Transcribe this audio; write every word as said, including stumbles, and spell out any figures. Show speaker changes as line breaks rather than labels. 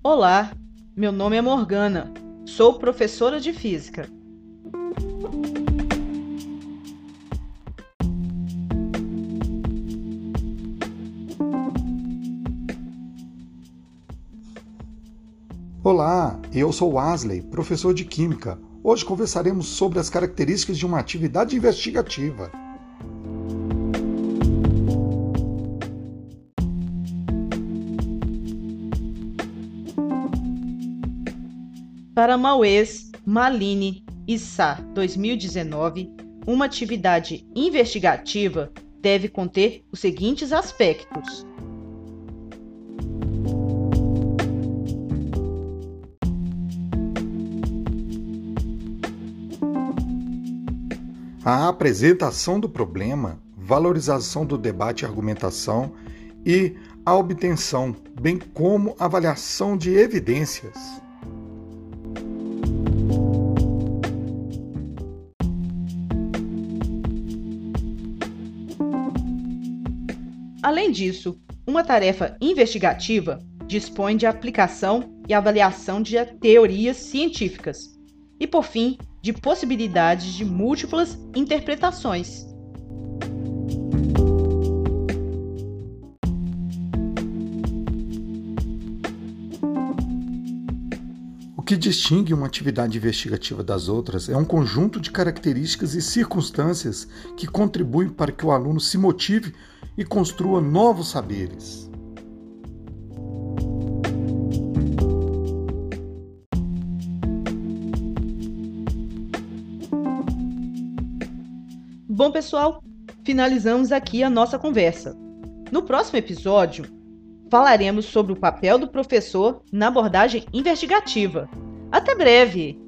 Olá, meu nome é Morgana, sou professora de Física.
Olá, eu sou Wesley, professor de Química. Hoje conversaremos sobre as características de uma atividade investigativa.
Para Maues, Malini e Sá dois mil e dezenove, uma atividade investigativa deve conter os seguintes aspectos:
A apresentação do problema, valorização do debate e argumentação e a obtenção, bem como avaliação de evidências.
Além disso, uma tarefa investigativa dispõe de aplicação e avaliação de teorias científicas e, por fim, de possibilidades de múltiplas interpretações.
O que distingue uma atividade investigativa das outras é um conjunto de características e circunstâncias que contribuem para que o aluno se motive e construa novos saberes.
Bom, pessoal, finalizamos aqui a nossa conversa. No próximo episódio, falaremos sobre o papel do professor na abordagem investigativa. Até breve!